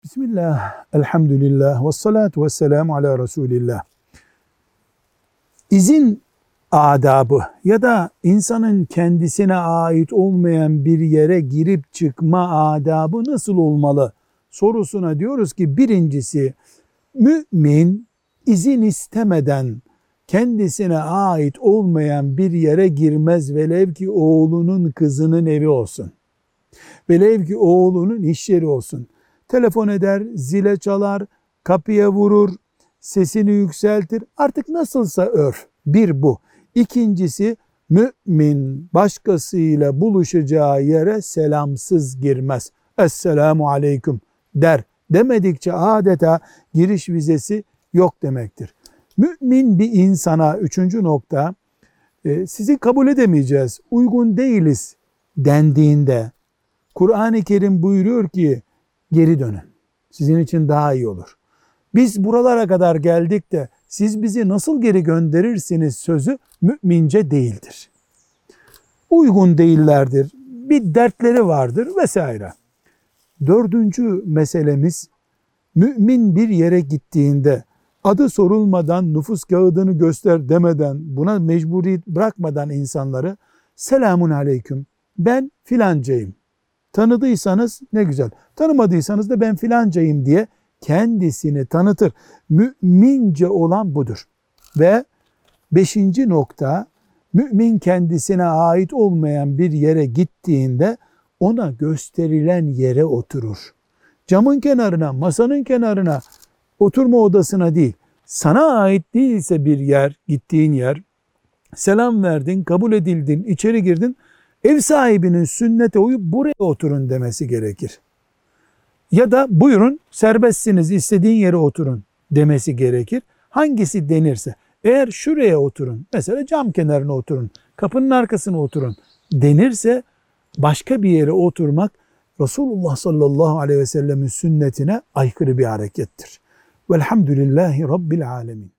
Bismillah, elhamdülillah, ve salatu ve selamu ala Resulillah. İzin adabı ya da insanın kendisine ait olmayan bir yere girip çıkma adabı nasıl olmalı sorusuna diyoruz ki birincisi, mümin izin istemeden kendisine ait olmayan bir yere girmez, velev ki oğlunun kızının evi olsun. Velev ki oğlunun iş yeri olsun. Telefon eder, zile çalar, kapıya vurur, sesini yükseltir. Artık nasılsa örf. Bir bu. İkincisi, mümin başkasıyla buluşacağı yere selamsız girmez. Esselamu aleyküm der. Demedikçe adeta giriş vizesi yok demektir. Mümin bir insana, üçüncü nokta, sizi kabul edemeyeceğiz, uygun değiliz dendiğinde, Kur'an-ı Kerim buyuruyor ki, geri dönün. Sizin için daha iyi olur. Biz buralara kadar geldik de siz bizi nasıl geri gönderirsiniz sözü mümince değildir. Uygun değillerdir. Bir dertleri vardır vesaire. Dördüncü meselemiz, mümin bir yere gittiğinde adı sorulmadan, nüfus kağıdını göster demeden, buna mecburiyet bırakmadan insanları selamun aleyküm, ben filancayım. Tanıdıysanız ne güzel. Tanımadıysanız da ben filancayım diye kendisini tanıtır. Mümince olan budur. Ve beşinci nokta, mümin kendisine ait olmayan bir yere gittiğinde ona gösterilen yere oturur. Camın kenarına, masanın kenarına, oturma odasına değil, sana ait değilse bir yer, gittiğin yer, selam verdin, kabul edildin, içeri girdin, ev sahibinin sünnete uyup buraya oturun demesi gerekir. Ya da buyurun serbestsiniz, istediğin yere oturun demesi gerekir. Hangisi denirse, eğer şuraya oturun, mesela cam kenarına oturun, kapının arkasına oturun denirse, başka bir yere oturmak Resulullah sallallahu aleyhi ve sellemin sünnetine aykırı bir harekettir. Velhamdülillahi Rabbil alemin.